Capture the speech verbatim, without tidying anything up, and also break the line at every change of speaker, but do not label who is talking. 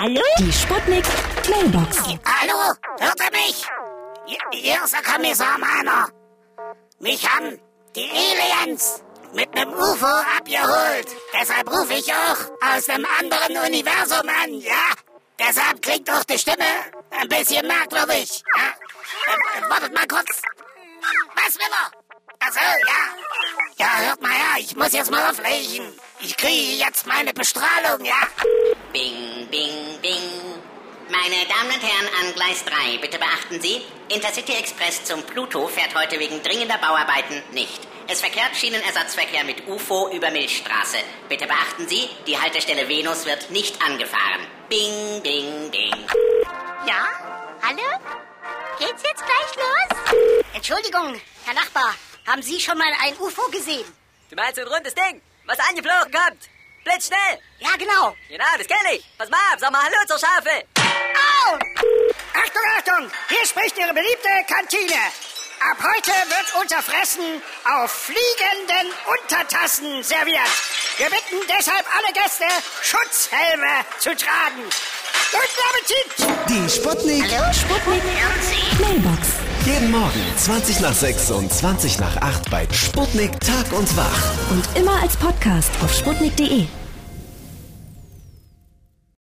Hallo? Die Sputnik Mailbox.
Hallo, hört ihr mich? Hier ist der Kommissar Meiner. Mich haben die Aliens mit einem U F O abgeholt. Deshalb rufe ich auch aus einem anderen Universum an, ja? Deshalb klingt auch die Stimme ein bisschen merkwürdig. Ja? Äh, wartet mal kurz. Was will er? Achso, ja. Ja, hört mal her, ich muss jetzt mal auflegen. Ich kriege jetzt meine Bestrahlung, ja?
Bing, bing, bing. Meine Damen und Herren an Gleis drei, bitte beachten Sie, Intercity Express zum Pluto fährt heute wegen dringender Bauarbeiten nicht. Es verkehrt Schienenersatzverkehr mit U F O über Milchstraße. Bitte beachten Sie, die Haltestelle Venus wird nicht angefahren. Bing, bing, bing.
Ja? Hallo? Geht's jetzt gleich los? Entschuldigung, Herr Nachbar, haben Sie schon mal ein U F O gesehen?
Du meinst so ein rundes Ding, was angeflogen kommt? Blitzschnell!
Ja, genau.
Genau, das kenne ich. Pass mal ab, sag mal Hallo zur Schafe.
Au!
Achtung, Achtung! Hier spricht Ihre beliebte Kantine. Ab heute wird unser Fressen auf fliegenden Untertassen serviert. Wir bitten deshalb alle Gäste, Schutzhelme zu tragen. Guten Appetit!
Die Sputnik.
Hallo, Sputnik.
Mailbox.
Jeden Morgen zwanzig nach sechs und zwanzig nach acht bei Sputnik Tag und Wach.
Und immer als Podcast auf sputnik punkt de.